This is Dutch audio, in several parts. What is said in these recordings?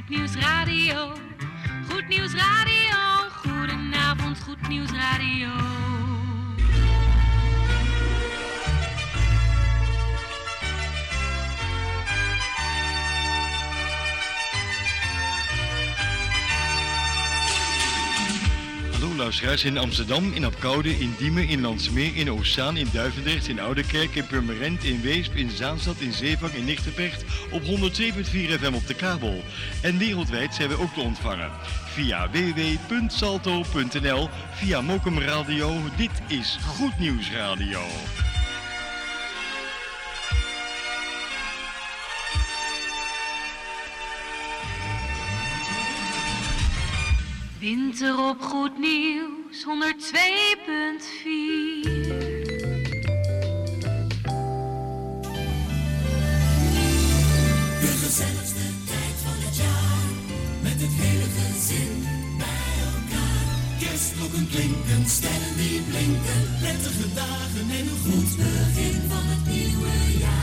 Goed Nieuws Radio. Goed Nieuws Radio. Goedenavond, Goed Nieuws Radio. Hallo luisteraars in Amsterdam, in Apkoude, in Diemen, in Landsmeer, in Oostzaan, in Duivendrecht, in Oudekerk, in Purmerend, in Weesp, in Zaanstad, in Zeevang, in Nigtevecht op 107.4 FM op de kabel. En wereldwijd zijn we ook te ontvangen via www.salto.nl, via Mokum Radio. Dit is Goed Nieuws Radio. Winter op Goed Nieuws 102.4. De gezelligste tijd van het jaar, met het hele gezin bij elkaar. Kerstklokken klinken, sterren die blinken, prettige dagen en een goed begin van het nieuwe jaar.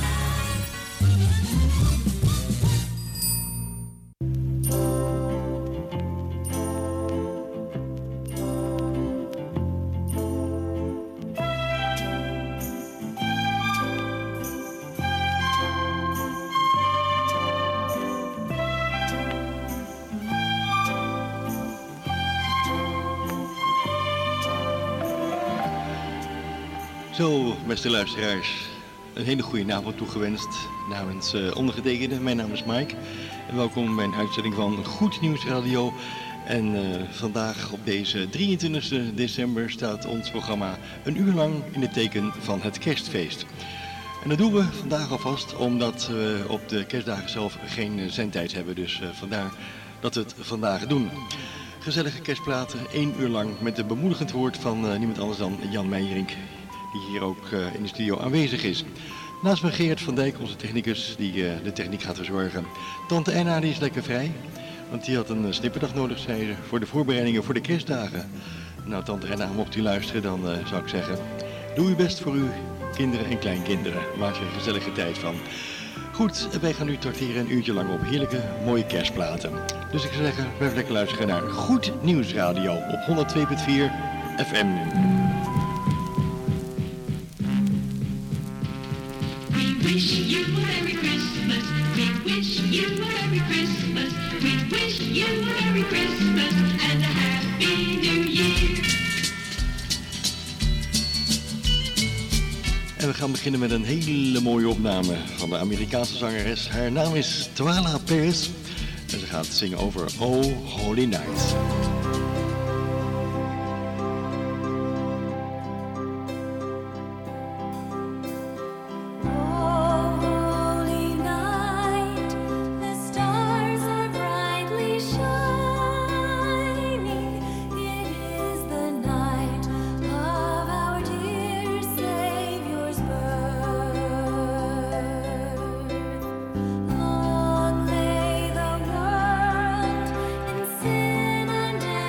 Zo, beste luisteraars, een hele goede avond toegewenst namens ondergetekende. Mijn naam is Mike en welkom bij een uitzending van Goed Nieuws Radio. En vandaag op deze 23 december staat ons programma een uur lang in het teken van het kerstfeest. En dat doen we vandaag alvast omdat we op de kerstdagen zelf geen zendtijd hebben, dus vandaar dat we het vandaag doen. Gezellige kerstplaten, 1 uur lang met een bemoedigend woord van niemand anders dan Jan Meijerink, die hier ook in de studio aanwezig is. Naast me Gerard van Dijk, onze technicus, die de techniek gaat verzorgen. Tante Enna, die is lekker vrij, want die had een snipperdag nodig, zei ze, voor de voorbereidingen voor de kerstdagen. Nou, Tante Enna, mocht u luisteren, dan zou ik zeggen, doe uw best voor uw kinderen en kleinkinderen. Maak er een gezellige tijd van. Goed, wij gaan nu trakteren een uurtje lang op heerlijke, mooie kerstplaten. Dus ik zou zeggen, blijf lekker luisteren naar Goed Nieuws Radio op 102.4 FM. Wish you a Merry Christmas. We wish you a Merry Christmas. We wish you a Merry Christmas and a Happy New Year. En we gaan beginnen met een hele mooie opname van de Amerikaanse zangeres. Haar naam is Twila Paris en ze gaat zingen over Oh Holy Night. Long lay the world in sin and death.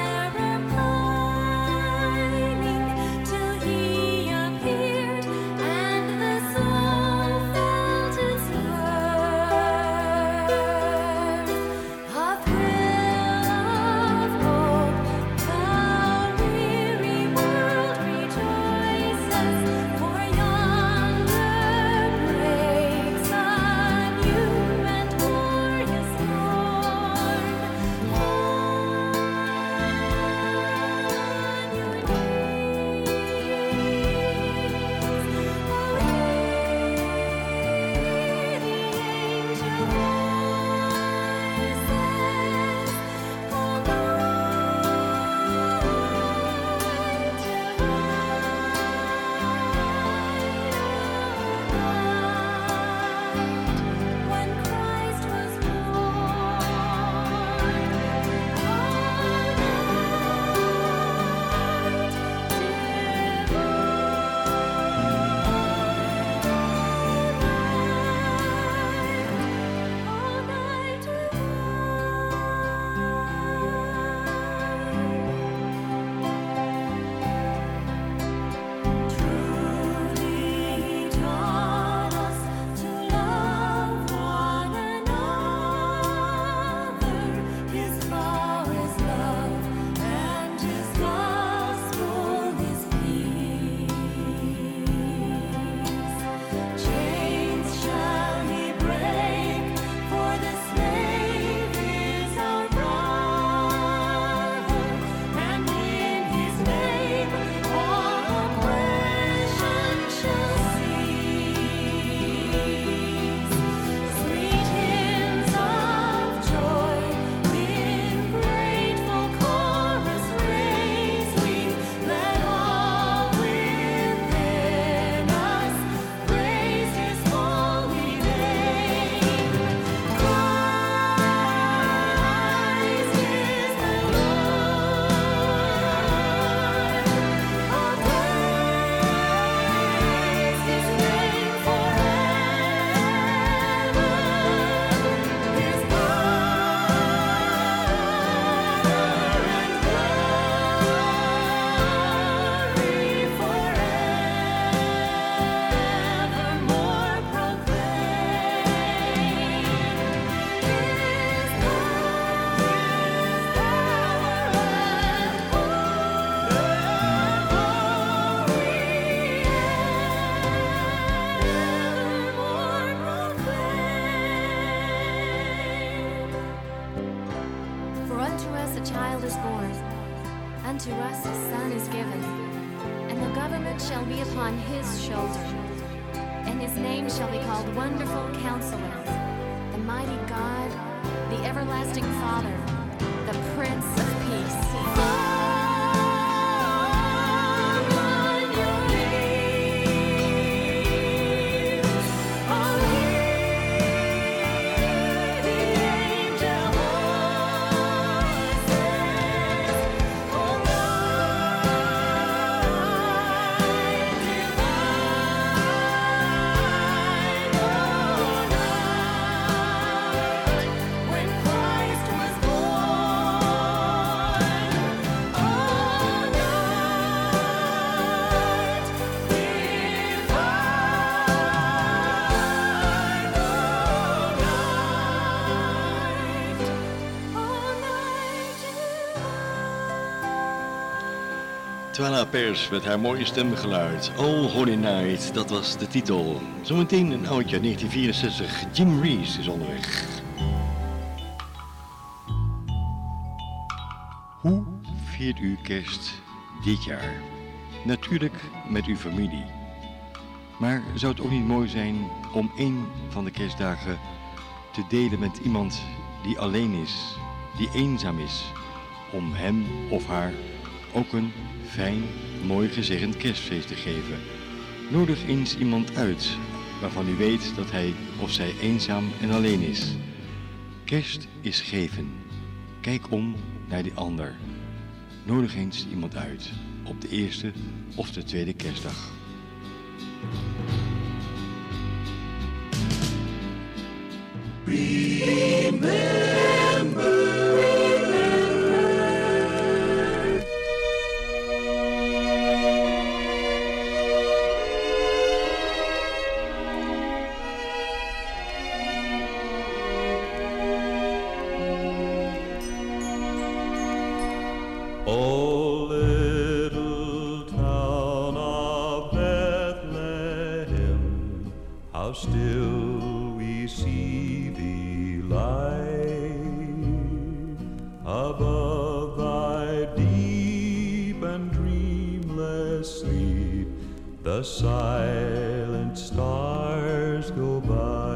unto us a child is born, unto us a son is given, and the government shall be upon his shoulder, and his name shall be called Wonderful Counselor, the Mighty God, the Everlasting Father, the Prince of Peace. Twala Pers met haar mooie stemgeluid. Oh Holy Night, dat was de titel. Zometeen een oudje, 1964. Jim Reeves is onderweg. Hoe viert u kerst dit jaar? Natuurlijk met uw familie. Maar zou het ook niet mooi zijn om één van de kerstdagen te delen met iemand die alleen is, die eenzaam is, om hem of haar ook een fijn, mooi gezegend kerstfeest te geven. Nodig eens iemand uit waarvan u weet dat hij of zij eenzaam en alleen is. Kerst is geven. Kijk om naar die ander. Nodig eens iemand uit op de eerste of de tweede kerstdag. O little town of Bethlehem, how still we see thee lie above thy deep and dreamless sleep. The silent stars go by.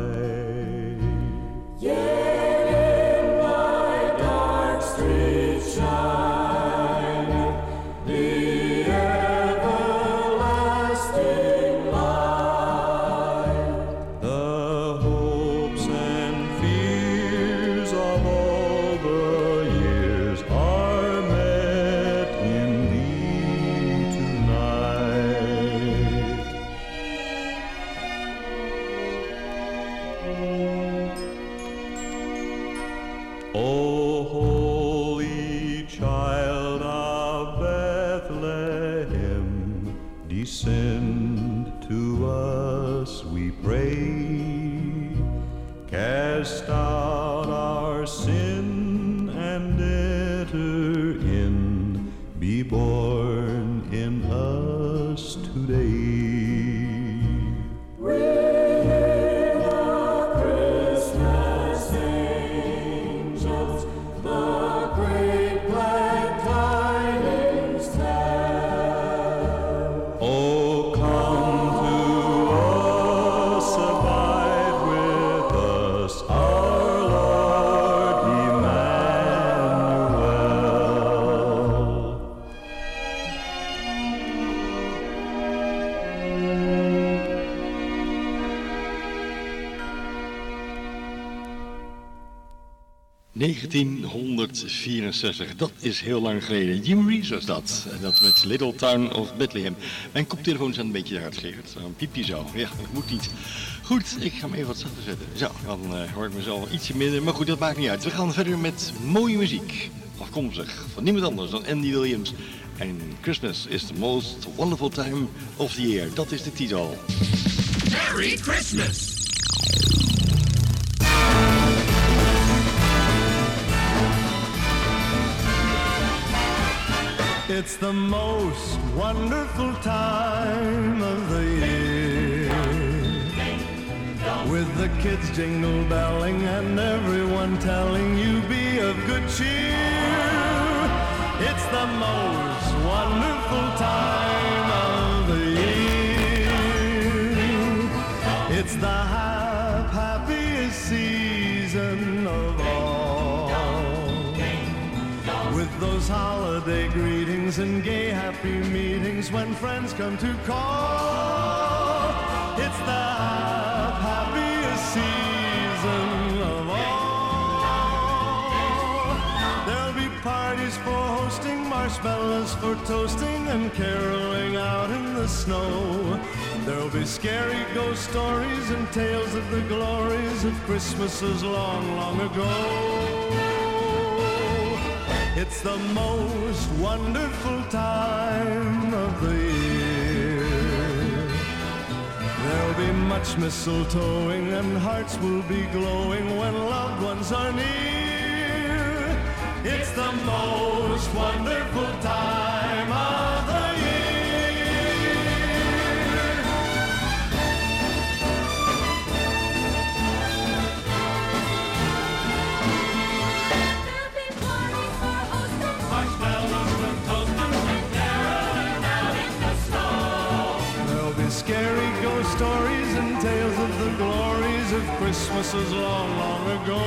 Yet in thy dark street shine ...1964, dat is heel lang geleden. Jim Reeves was dat. En dat met Little Town of Bethlehem. Mijn koptelefoon is een beetje te hard, Gerard. Een piepje zo. Ja, dat moet niet. Goed, ik ga hem even wat zachter zetten. Zo, dan hoor ik mezelf ietsje minder. Maar goed, dat maakt niet uit. We gaan verder met mooie muziek. Afkomstig van niemand anders dan Andy Williams. En Christmas is the most wonderful time of the year. Dat is de titel. Merry Christmas! It's the most wonderful time of the year. with the kids jingle belling and everyone telling you be of good cheer. It's the most wonderful time of the year. It's the happiest season of all, with those holiday greetings and gay happy meetings when friends come to call. It's the happiest season of all. There'll be parties for hosting, marshmallows for toasting, and caroling out in the snow. There'll be scary ghost stories and tales of the glories of Christmases long, long ago. It's the most wonderful time of the year. There'll be much mistletoeing and hearts will be glowing when loved ones are near. It's the most wonderful time of the year. There'll be parties for hosting, Marshmallows and toasting and caroling out in the snow. There'll be scary ghost stories and tales of the glories of Christmases long, long ago.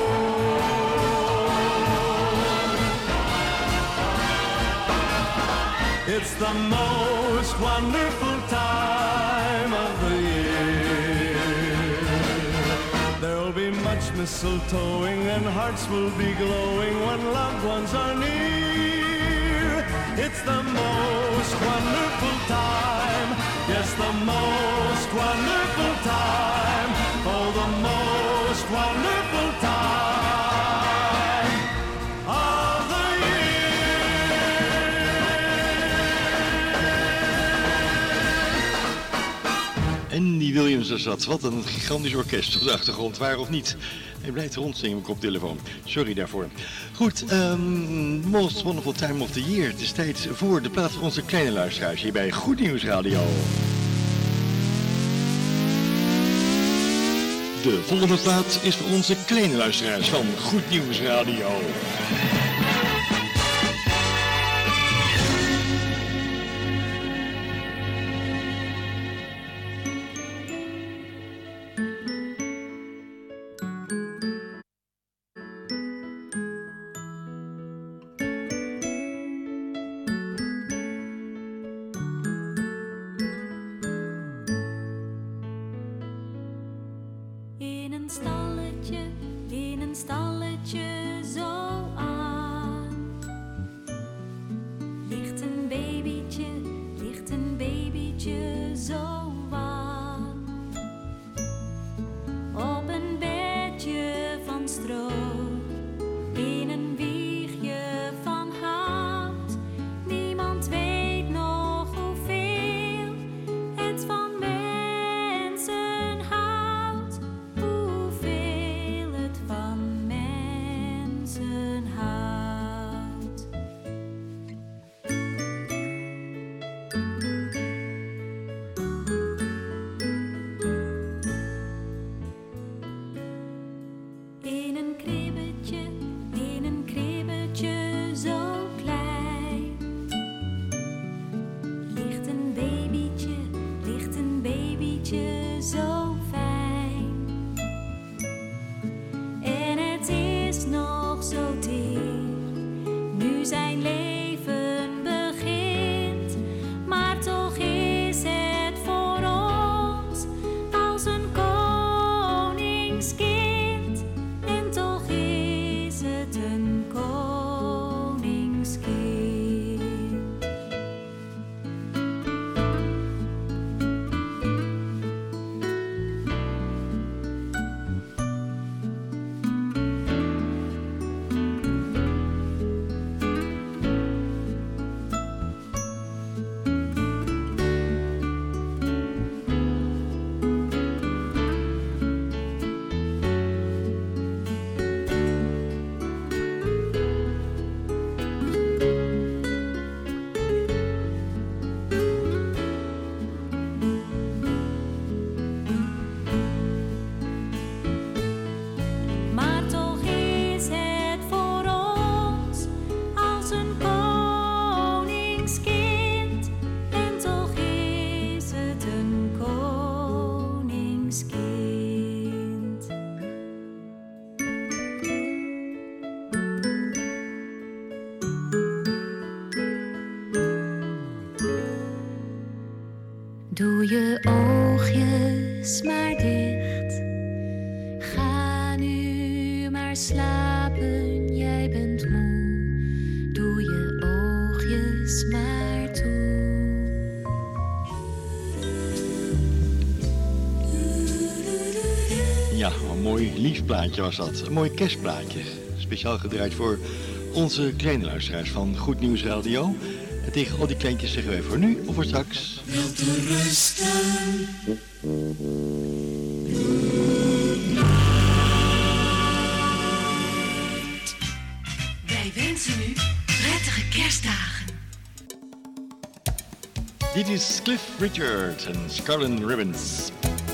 It's the most wonderful time of the year. There'll be much mistletoeing and hearts will be glowing when loved ones are near. It's the most wonderful time. Yes, the most wonderful time. Oh, the most wonderful time of the year. Andy Williams is dat. Wat een gigantisch orkest op de achtergrond, waar of niet. Hij blijft rondzingen op koptelefoon. Sorry daarvoor. Goed, Most Wonderful Time of the Year. Het is tijd voor de plaats van onze kleine luisteraars hier bij Goed Nieuws Radio. De volgende plaats is voor onze kleine luisteraars van Goed Nieuws Radio. In een stalletje zo aan, ligt een babytje zo aan, op een bedje van stro, in een wiegje van hout. Niemand weet nog hoeveel het van mensen houdt, hoeveel het van mensen houdt. In een kribbetje zo klein, ligt een babytje zo fijn. En het is nog zo teer, nu zijn leven begint. Maar toch is het voor ons als een koningskind. En toch is het een koningskind. Doe je oogjes maar dicht. Ga nu maar slapen, jij bent moe. Doe je oogjes maar toe. Ja, een mooi lief plaatje was dat. Een mooi kerstplaatje. Speciaal gedraaid voor onze kleine luisteraars van Goed Nieuws Radio. En tegen al die kleintjes zeggen wij voor nu of voor straks. Wel te rusten. Wij wensen u prettige kerstdagen. Dit is Cliff Richard en Scarlet Ribbons.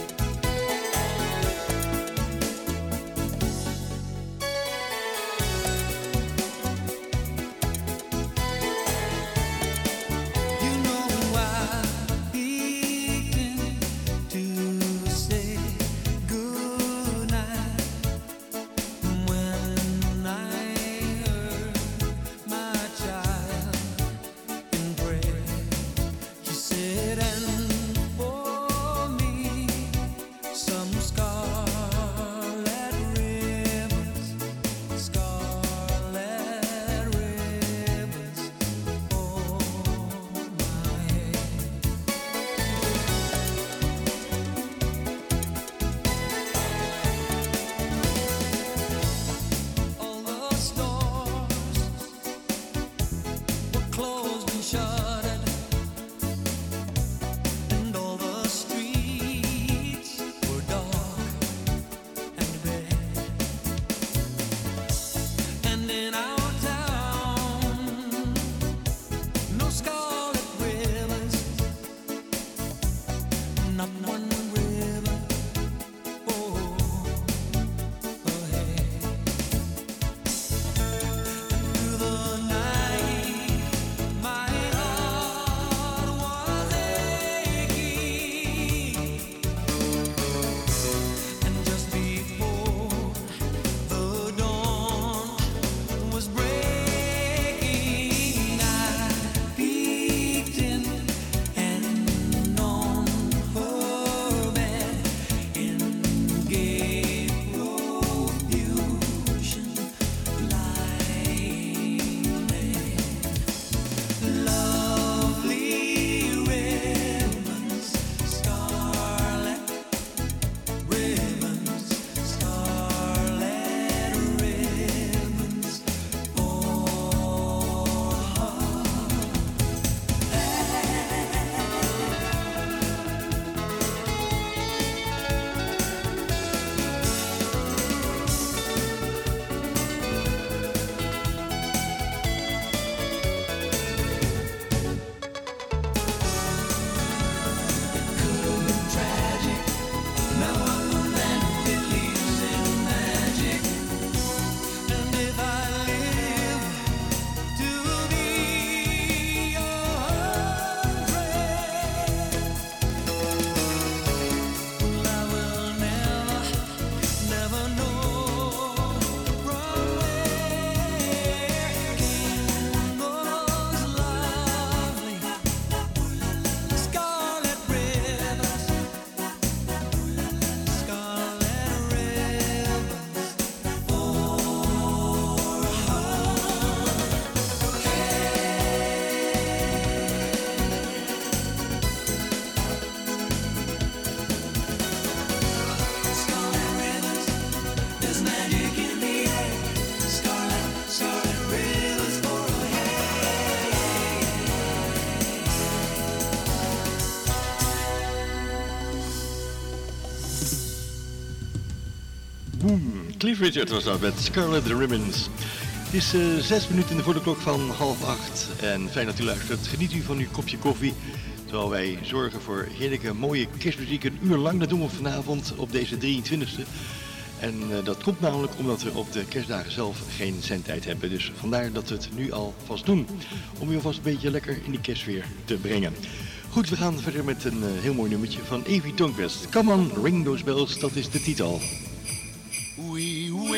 Cliff Richard was dat met Scarlet Ribbons. Het is 6 minuten voor de klok van 7:30 en fijn dat u luistert. Geniet u van uw kopje koffie, terwijl wij zorgen voor heerlijke mooie kerstmuziek een uur lang. Dat doen we vanavond op deze 23e. En dat komt namelijk omdat we op de kerstdagen zelf geen zendtijd hebben. Dus vandaar dat we het nu alvast doen, om u alvast een beetje lekker in die kerstsfeer te brengen. Goed, we gaan verder met een heel mooi nummertje van Evie Tonquist. Come on, ring those bells, dat is de titel. We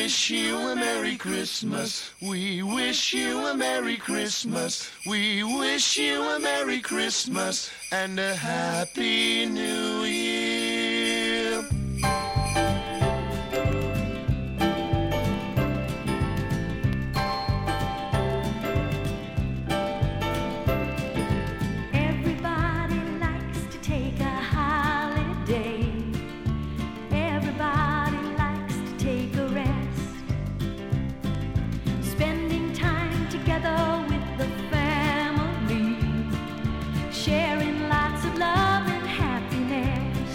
wish you a Merry Christmas. We wish you a Merry Christmas. We wish you a Merry Christmas and a Happy New Year. Everybody likes to take a holiday. Everybody likes to take a rest. Spending time together with the family. Sharing lots of love and happiness.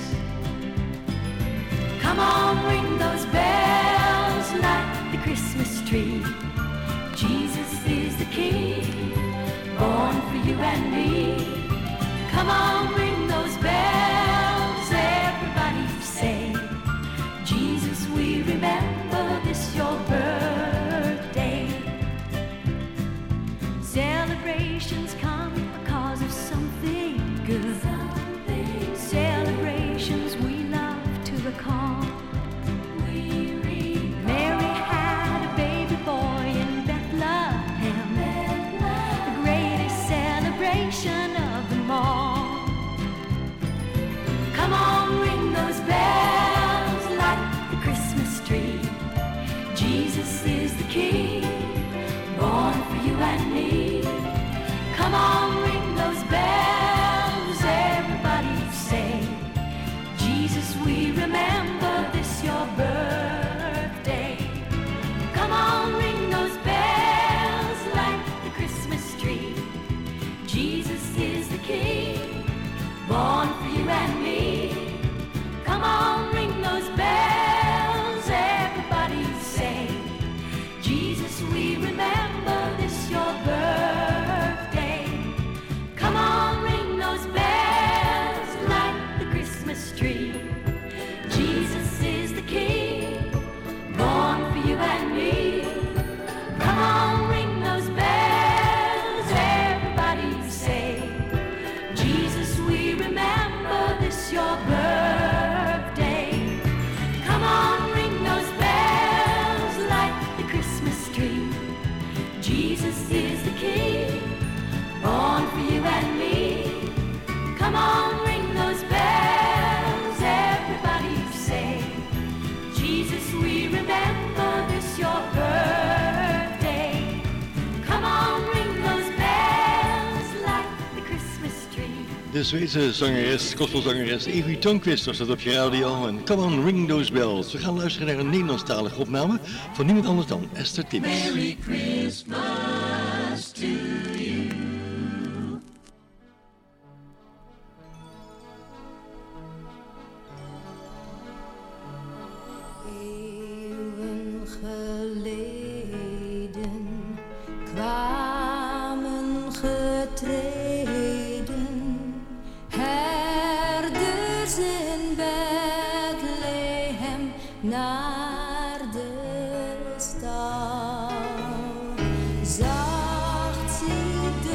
Come on, ring those bells, light the Christmas tree. Jesus is the King, born for you and me. Come on, ring those bells, everybody say, Jesus, we remember this your birthday. Celebrations come because of something good. Celebrations we love to recall. Mary had a baby boy in Bethlehem, the greatest celebration of them all. Come on, ring those bells, light the Christmas tree. Jesus is the King, born for you and me. Come on, ring those bells, everybody say, Jesus, we remember this your birthday. Come on, ring those bells, light the Christmas tree. Jesus is the King, born for you and me. Come on, ring those bells, everybody say, Jesus, we remember this your birthday. Come on, ring those bells, light the Christmas tree. Jesus is the King, born for you and me. Come on, ring those bells, everybody say, Jesus, we remember this your birthday. Come on, ring those bells, light the Christmas tree. Jesus is the King, born for you and me. Come on, ring those bells, everybody say, Jesus, we remember this your birthday. Come on, ring those bells, light the Christmas tree. De Zweedse zangeres, gospelzangeres Evie Tonquist was dat op je radio. En come on, ring those bells. We gaan luisteren naar een Nederlandstalige opname van niemand anders dan Esther Tims. Merry Christmas to you. Eeuwen geleden kwamen getreden herders in Bethlehem naar de stal. Zacht ziet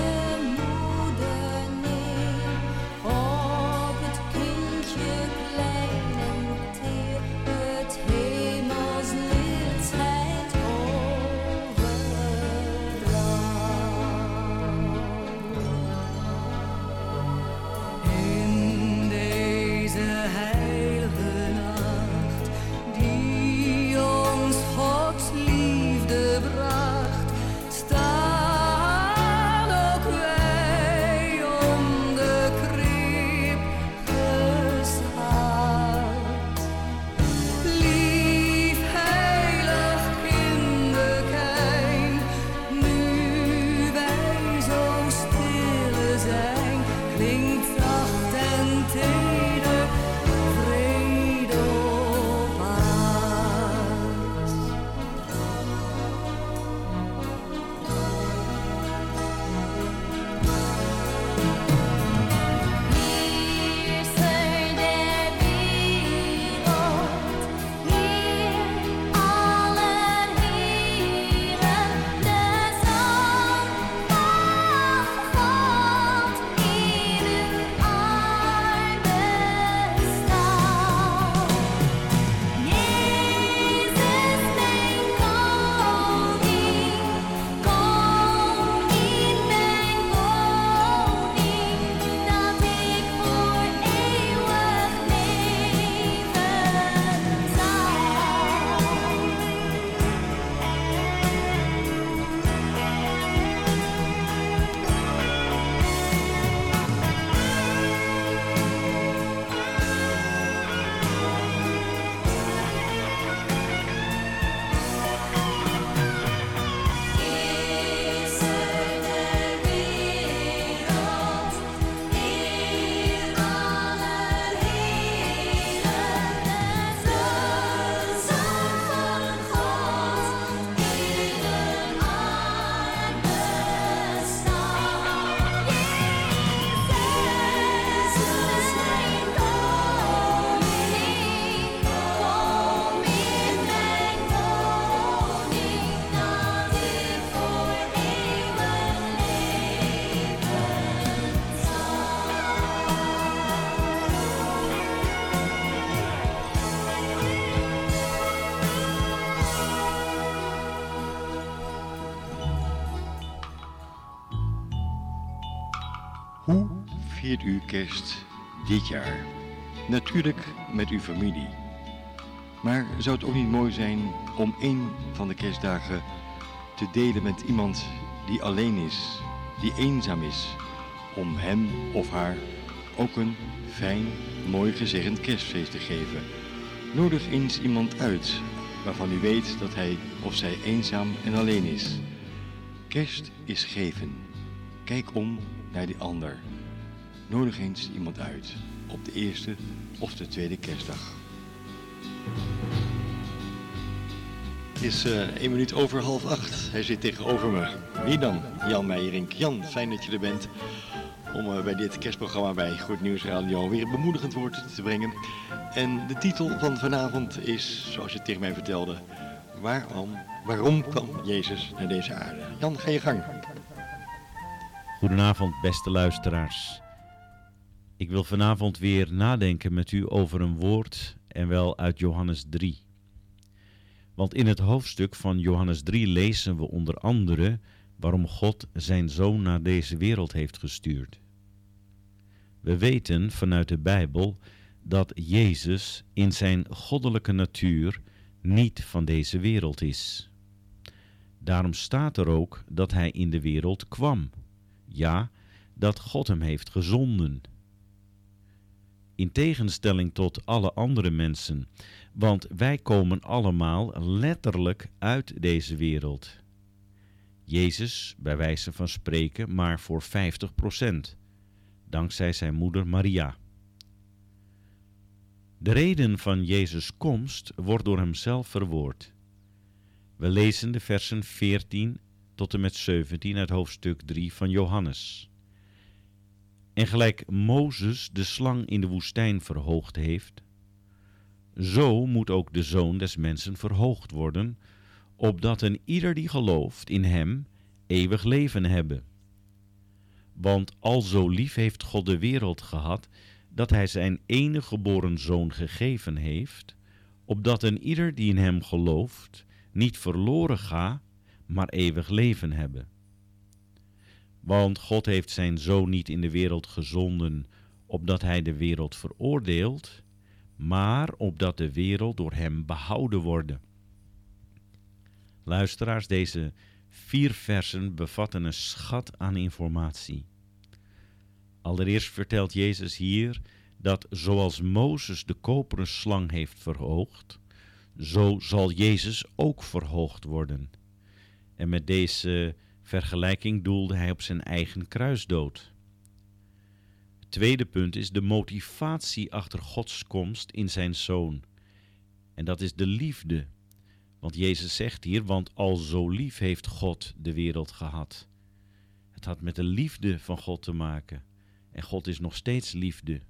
Hoe viert u kerst dit jaar? Natuurlijk met uw familie. Maar zou het ook niet mooi zijn om één van de kerstdagen te delen met iemand die alleen is, die eenzaam is, om hem of haar ook een fijn, mooi gezegend kerstfeest te geven? Nodig eens iemand uit waarvan u weet dat hij of zij eenzaam en alleen is. Kerst is geven. Kijk om naar die ander. Nodig eens iemand uit op de eerste of de tweede kerstdag. Het is 1 minuut over 7:30. Hij zit tegenover me. Wie dan? Jan Meijerink. Jan, fijn dat je er bent om bij dit kerstprogramma bij Goed Nieuws Radio weer een bemoedigend woord te brengen. En de titel van vanavond is, zoals je tegen mij vertelde, waarom kwam Jezus naar deze aarde? Jan, ga je gang. Goedenavond, beste luisteraars. Ik wil vanavond weer nadenken met u over een woord en wel uit Johannes 3. Want in het hoofdstuk van Johannes 3 lezen we onder andere waarom God zijn Zoon naar deze wereld heeft gestuurd. We weten vanuit de Bijbel dat Jezus in zijn goddelijke natuur niet van deze wereld is. Daarom staat er ook dat hij in de wereld kwam. Ja, dat God hem heeft gezonden. In tegenstelling tot alle andere mensen, want wij komen allemaal letterlijk uit deze wereld. Jezus, bij wijze van spreken, maar voor 50%, dankzij zijn moeder Maria. De reden van Jezus' komst wordt door hemzelf verwoord. We lezen de versen 14 tot en met 17 uit hoofdstuk 3 van Johannes. En gelijk Mozes de slang in de woestijn verhoogd heeft, zo moet ook de Zoon des Mensen verhoogd worden, opdat een ieder die gelooft in hem eeuwig leven hebben. Want al zo lief heeft God de wereld gehad, dat hij zijn enige geboren Zoon gegeven heeft, opdat een ieder die in hem gelooft niet verloren ga, maar eeuwig leven hebben. Want God heeft zijn Zoon niet in de wereld gezonden, opdat hij de wereld veroordeelt, maar opdat de wereld door hem behouden wordt. Luisteraars, deze 4 versen bevatten een schat aan informatie. Allereerst vertelt Jezus hier dat zoals Mozes de koperen slang heeft verhoogd, zo zal Jezus ook verhoogd worden. En met deze vergelijking doelde hij op zijn eigen kruisdood. Het tweede punt is de motivatie achter Gods komst in zijn Zoon. En dat is de liefde. Want Jezus zegt hier, want al zo lief heeft God de wereld gehad. Het had met de liefde van God te maken. En God is nog steeds liefde.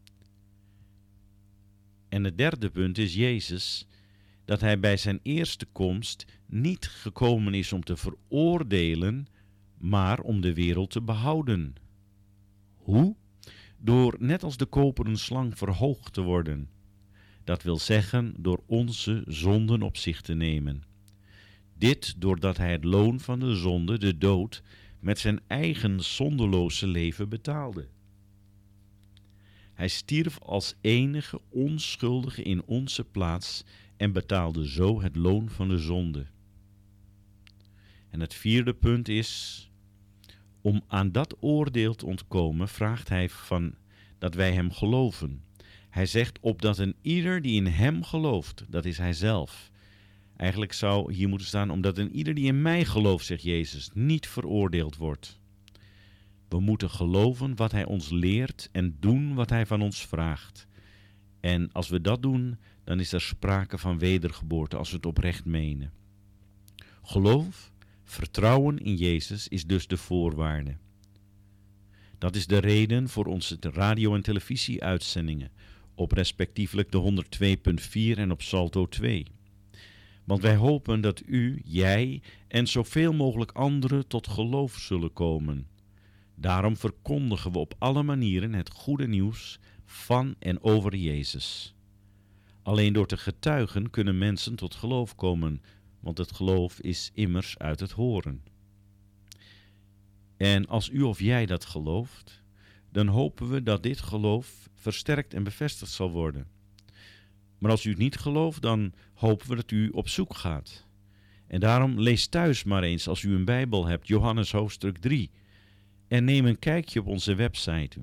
En het derde punt is Jezus, dat hij bij zijn eerste komst niet gekomen is om te veroordelen, maar om de wereld te behouden. Hoe? Door net als de koperen slang verhoogd te worden. Dat wil zeggen door onze zonden op zich te nemen. Dit doordat hij het loon van de zonde, de dood, met zijn eigen zondeloze leven betaalde. Hij stierf als enige onschuldige in onze plaats en betaalde zo het loon van de zonde. En het vierde punt is, om aan dat oordeel te ontkomen, vraagt hij dat wij hem geloven. Hij zegt, opdat een ieder die in hem gelooft, dat is hij zelf. Eigenlijk zou hier moeten staan, omdat een ieder die in mij gelooft, zegt Jezus, niet veroordeeld wordt. We moeten geloven wat hij ons leert en doen wat hij van ons vraagt. En als we dat doen, dan is er sprake van wedergeboorte, als we het oprecht menen. Geloof, vertrouwen in Jezus is dus de voorwaarde. Dat is de reden voor onze radio- en televisieuitzendingen op respectievelijk de 102.4 en op Salto 2. Want wij hopen dat u, jij en zoveel mogelijk anderen tot geloof zullen komen. Daarom verkondigen we op alle manieren het goede nieuws van en over Jezus. Alleen door te getuigen kunnen mensen tot geloof komen, want het geloof is immers uit het horen. En als u of jij dat gelooft, dan hopen we dat dit geloof versterkt en bevestigd zal worden. Maar als u het niet gelooft, dan hopen we dat u op zoek gaat. En daarom lees thuis maar eens, als u een Bijbel hebt, Johannes hoofdstuk 3. En neem een kijkje op onze website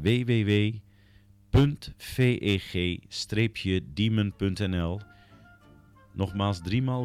www.veg-diemen.nl. Nogmaals 3x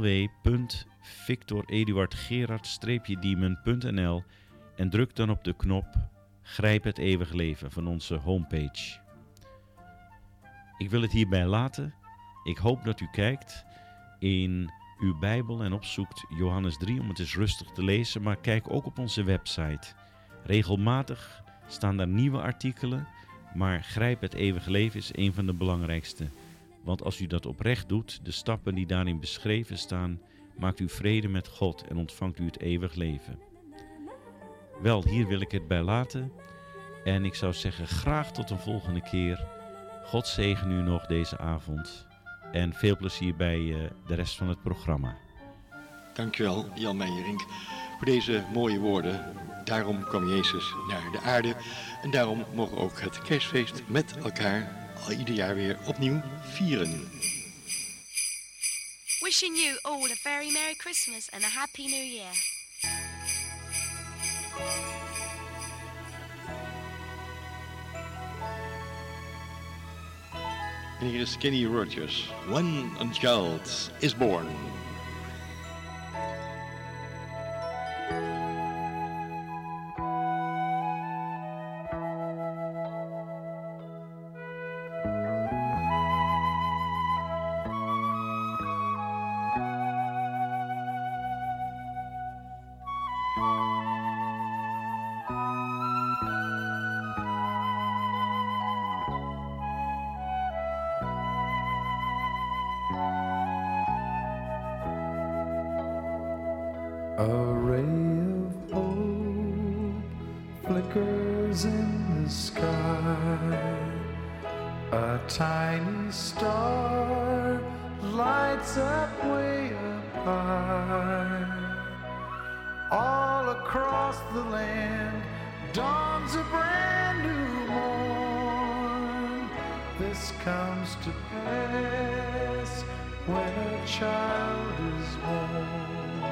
w.victoreduardgerard-diemen.nl en druk dan op de knop Grijp het eeuwig leven van onze homepage. Ik wil het hierbij laten. Ik hoop dat u kijkt in uw Bijbel en opzoekt Johannes 3 om het eens rustig te lezen, maar kijk ook op onze website. Regelmatig staan daar nieuwe artikelen, maar Grijp het eeuwig leven is een van de belangrijkste. Want als u dat oprecht doet, de stappen die daarin beschreven staan, maakt u vrede met God en ontvangt u het eeuwig leven. Wel, hier wil ik het bij laten. En ik zou zeggen, graag tot een volgende keer. God zegen u nog deze avond. En veel plezier bij de rest van het programma. Dankjewel, Jan Meijerink, voor deze mooie woorden. Daarom kwam Jezus naar de aarde. En daarom mogen we ook het kerstfeest met elkaar al ieder jaar weer opnieuw vieren. Wishing you all a very Merry Christmas and a Happy New Year. En hier is Kenny Rogers. When a Child is Born. A ray of hope flickers in the sky. A tiny star lights up way up high. All across the land dawns a brand new morn. This comes to pass when a child is born.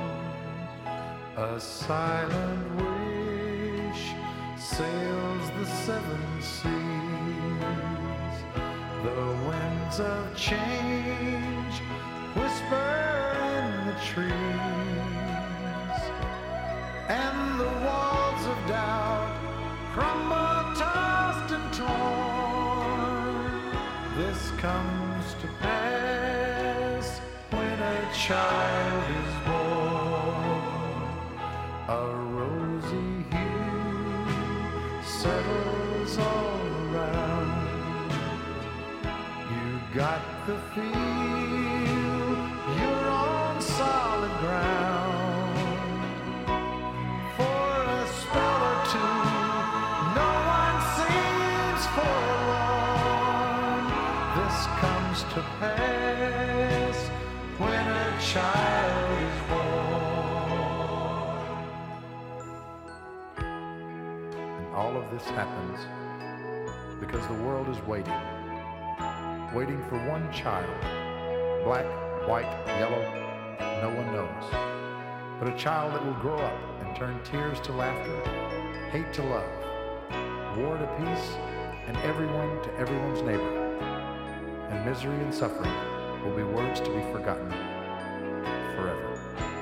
A silent wish sails the seven seas. The winds of change whisper in the trees, and the walls of doubt crumble, tossed and torn. This comes to pass when a child is born. A rosy hue settles all around. You got the feel you're on solid ground. For a spell or two, no one seems forlorn. This comes to pass when a child is born. All of this happens because the world is waiting for one child. Black, white, yellow, no one knows. But a child that will grow up and turn tears to laughter, hate to love, war to peace, and everyone to everyone's neighbor. And misery and suffering will be words to be forgotten forever.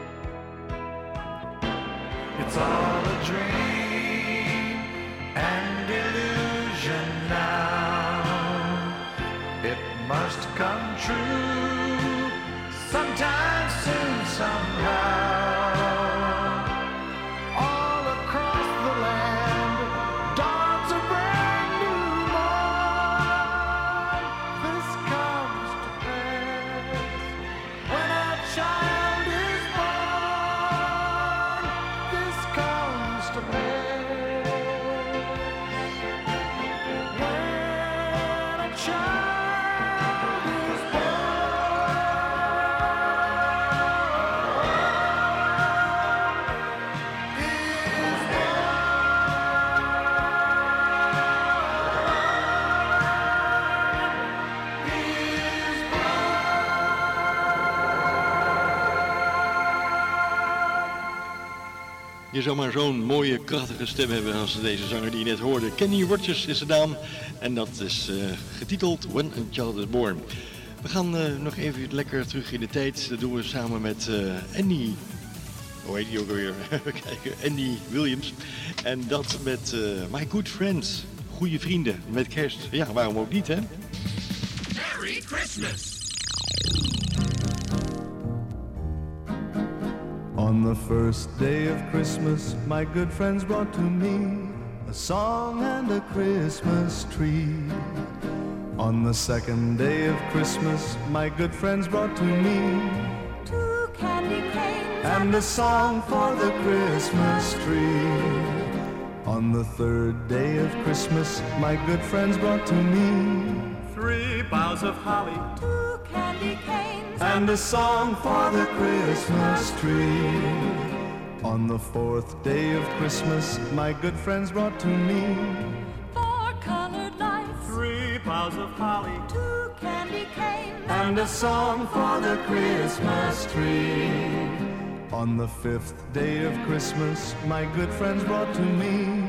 It's all a dream and illusion now. It must come true sometime soon, somehow. All across the land dawns a brand new morn. This comes to pass when a child is born. This comes to pass. Child is born. Je zou maar zo'n mooie, krachtige stem hebben als deze zanger die je net hoorde. Kenny Rogers is de naam en dat is getiteld When a Child is Born. We gaan nog even lekker terug in de tijd. Dat doen we samen met Andy. Hoe heet die ook alweer? Even kijken. Andy Williams. En dat met My Good Friends. Goede vrienden met kerst. Ja, waarom ook niet, hè? Merry Christmas! On the first day of Christmas, my good friends brought to me a song and a Christmas tree. On the second day of Christmas, my good friends brought to me 2 candy canes and a song for the Christmas tree. On the third day of Christmas, my good friends brought to me 3 boughs of holly, 2 candy canes and a song for the Christmas tree. On the fourth day of Christmas, my good friends brought to me 4 colored lights, 3 boughs of holly, 2 candy canes and a song for the Christmas tree. On the fifth day of Christmas, my good friends brought to me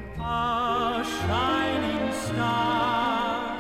a shining star,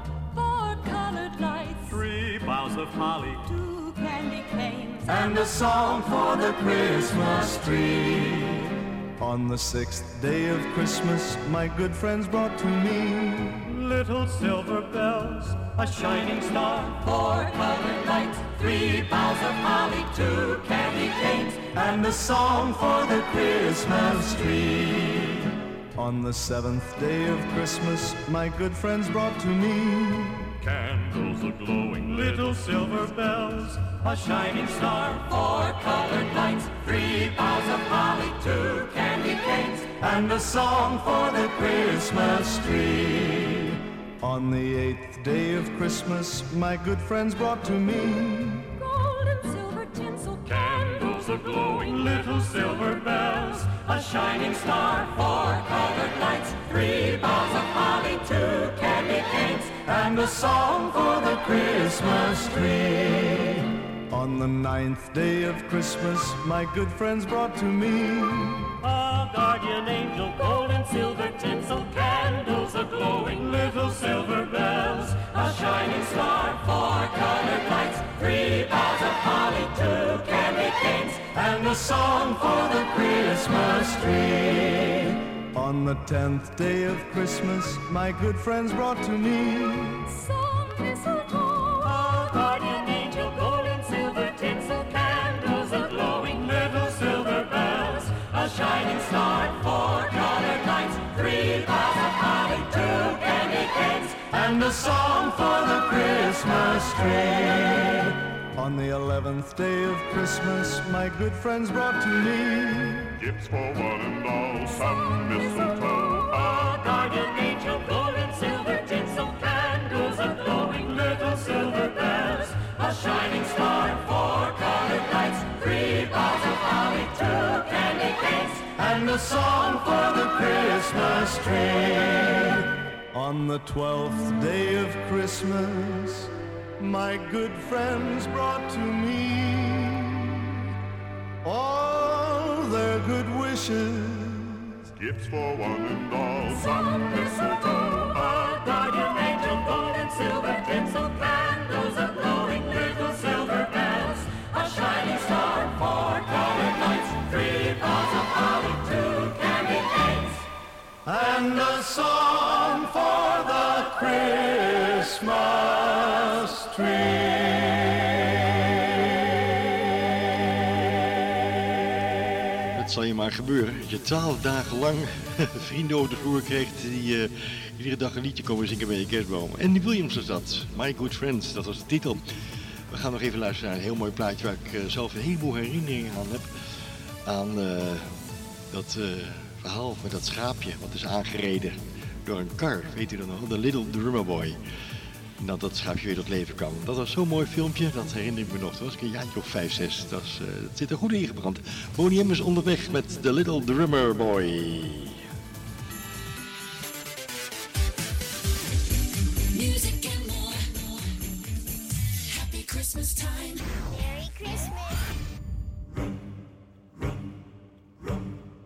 4 colored lights, 3 boughs of holly, 2 candy canes and a song for the Christmas tree. On the sixth day of Christmas, my good friends brought to me little silver bells, a shining star, 4 colored lights, 3 boughs of holly, 2 candy canes, and a song for the Christmas tree. On the seventh day of Christmas, my good friends brought to me candles a-glowing, little silver bells, a shining star, 4 colored lights, 3 boughs of holly, 2 candy canes, and a song for the Christmas tree. On the eighth day of Christmas, my good friends brought to me gold and silver tinsel candles a-glowing, little silver bells, a shining star, 4 colored lights, 3 boughs of holly, 2 candy canes, and a song for the Christmas tree. On the ninth day of Christmas, my good friends brought to me a guardian angel, gold and silver tinsel, candles a-glowing, little silver bells, a shining star, 4 colored lights, 3 boughs of holly, 2 candy canes, and a song for the Christmas tree. On the 10th day of Christmas, my good friends brought to me some mistletoe, a guardian angel, gold and silver tinsel, candles a-glowing, little silver bells, a shining star, 4 colored lights, 3 boughs of holly, 2 candy canes, and a song for the Christmas tree. On the 11th day of Christmas, my good friends brought to me gifts for one and all, some mistletoe, a guardian angel, gold and silver tinsel, candles a-glowing, little silver bells, a shining star, 4 colored lights, 3 boughs of holly, 2 candy canes, and a song for the Christmas tree. On the 12th day of Christmas, my good friends brought to me all their good wishes, gifts for one and all, some mistletoe, a guardian angel, gold and silver tinsel, candles a-glowing, little silver bells, a shining star, 4 colored lights, 3 boughs of holly, 2 candy canes, and a song for the Christmas tree. Het zal je maar gebeuren. Dat je 12 dagen lang vrienden over de vloer krijgt die iedere dag een liedje komen zingen bij je kerstboom. En die Williams was dat. My Good Friends, dat was de titel. We gaan nog even luisteren naar een heel mooi plaatje waar ik zelf een heleboel herinneringen aan heb. Aan dat verhaal met dat schaapje wat is aangereden door een kar. Weet u dat nog? The Little Drummer Boy. En dat schaapje weer tot leven kwam. Dat was zo'n mooi filmpje, dat herinner ik me nog. Dat was ik een jaartje of 5, 6. Dat zit er goed ingebrand. Boney M is onderweg met The Little Drummer Boy. music and more. Happy Christmas time. Merry Christmas. Rum, rum, rum.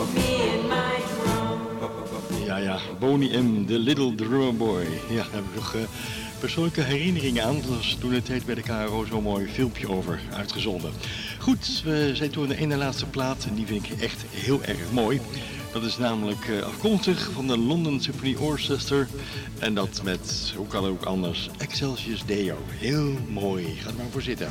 Ja, Boney M, The Little Drummer Boy. Ja, daar heb ik nog persoonlijke herinneringen aan. Dat was toen de tijd bij de KRO zo'n mooi filmpje over uitgezonden. Goed, we zijn toen de ene laatste plaat en die vind ik echt heel erg mooi. Dat is namelijk afkomstig van de London Symphony Orchestra. En dat met, hoe kan het ook anders, Excelsior Deo. Heel mooi, ga er maar voor zitten.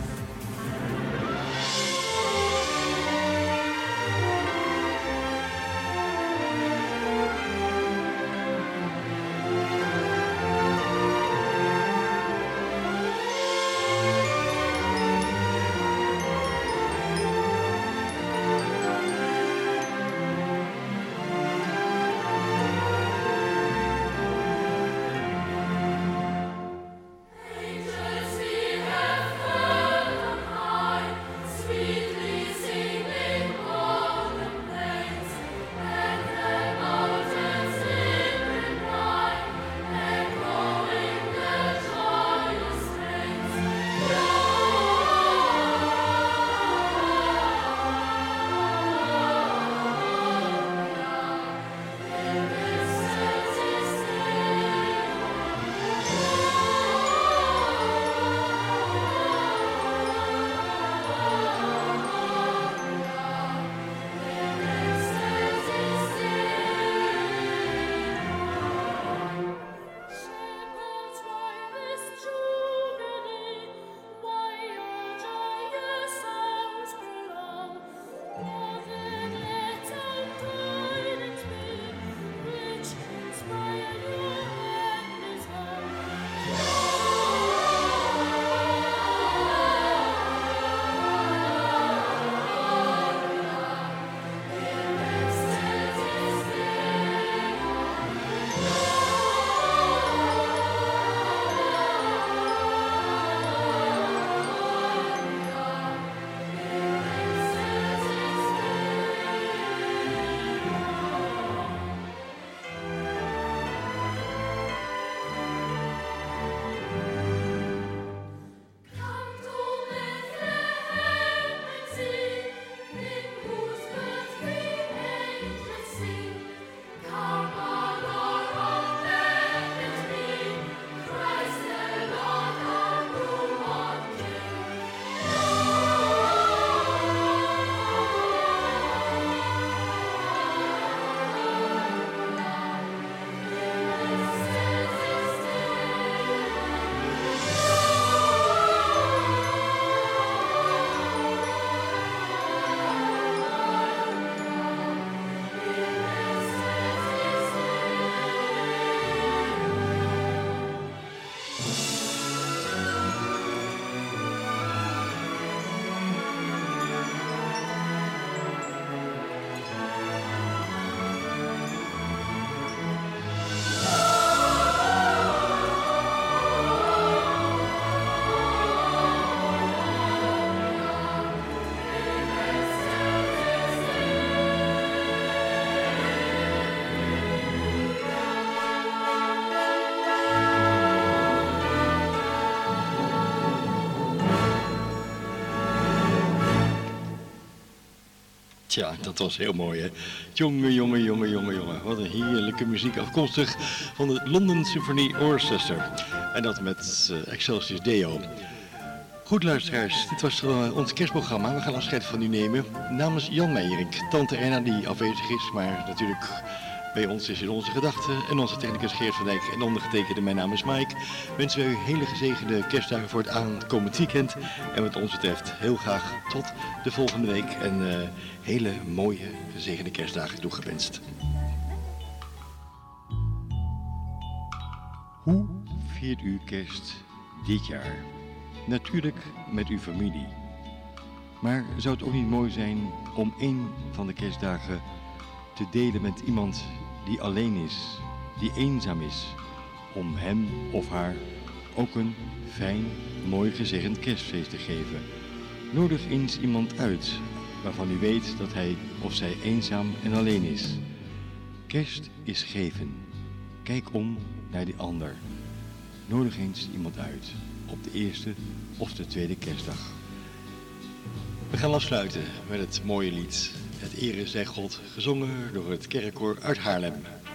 Tja, dat was heel mooi, hè. Jongen. Wat een heerlijke muziek afkomstig van de London Symphony Orchestra. En dat met Excelsior Deo. Goed luisteraars, dit was ons kerstprogramma. We gaan afscheid van u nemen. Namens Jan Meijerink, tante Erna die afwezig is, maar natuurlijk bij ons is in onze gedachten. En onze technicus Geert van Dijk en ondergetekende, mijn naam is Mike. Wensen we u hele gezegende kerstdagen voor het aankomend weekend. En wat ons betreft heel graag tot de volgende week. En hele mooie gezegende kerstdagen toegewenst. Hoe viert u kerst dit jaar? Natuurlijk met uw familie. Maar zou het ook niet mooi zijn om één van de kerstdagen te delen met iemand die alleen is, die eenzaam is, om hem of haar ook een fijn, mooi gezegend kerstfeest te geven. Nodig eens iemand uit waarvan u weet dat hij of zij eenzaam en alleen is. Kerst is geven. Kijk om naar die ander. Nodig eens iemand uit op de eerste of de tweede kerstdag. We gaan afsluiten met het mooie lied Het Ere zij God, gezongen door het kerkkoor uit Haarlem.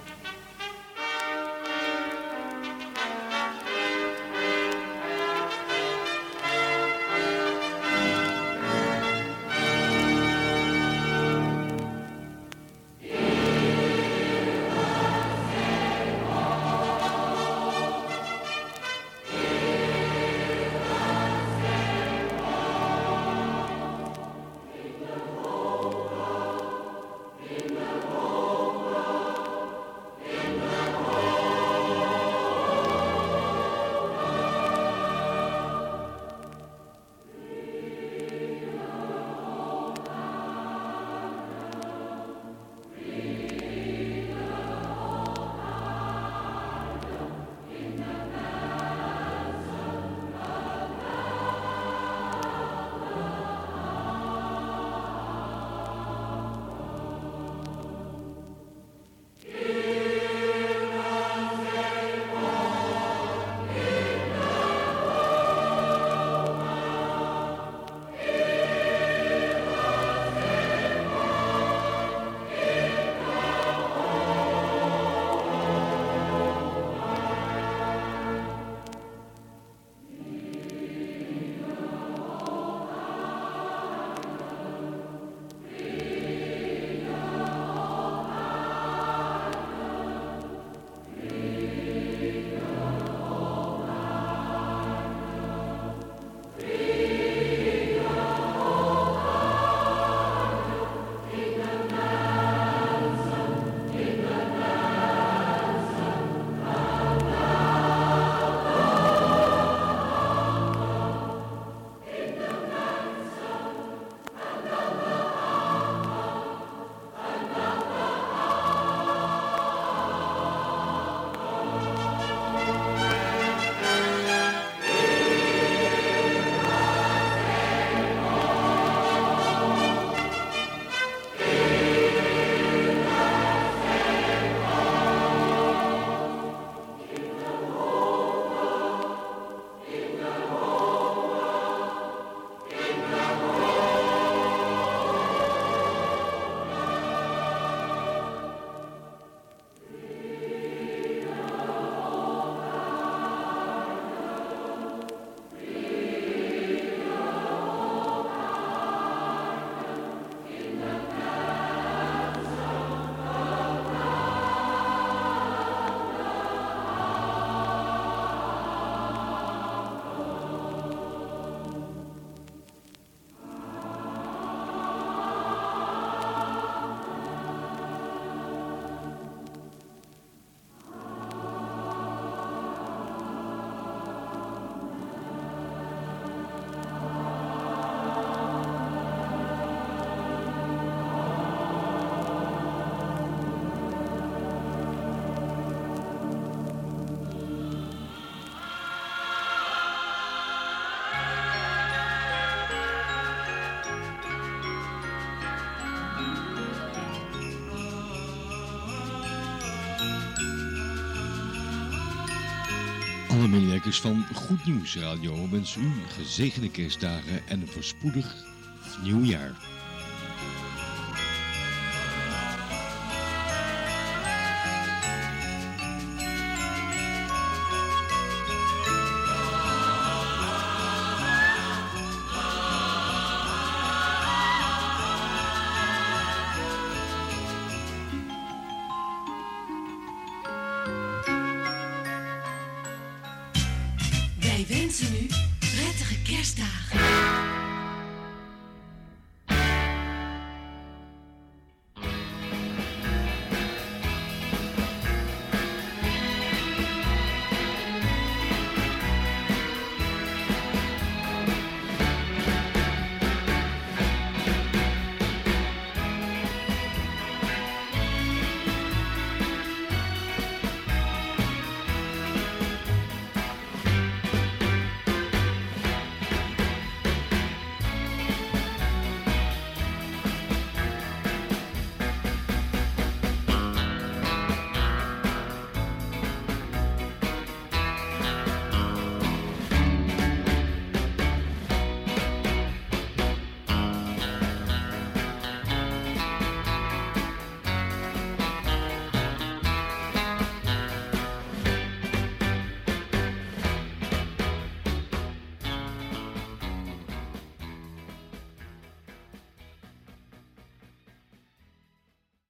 Alle medewerkers van Goed Nieuws Radio wensen u gezegende kerstdagen en een voorspoedig nieuwjaar. Wij wensen u prettige kerstdagen.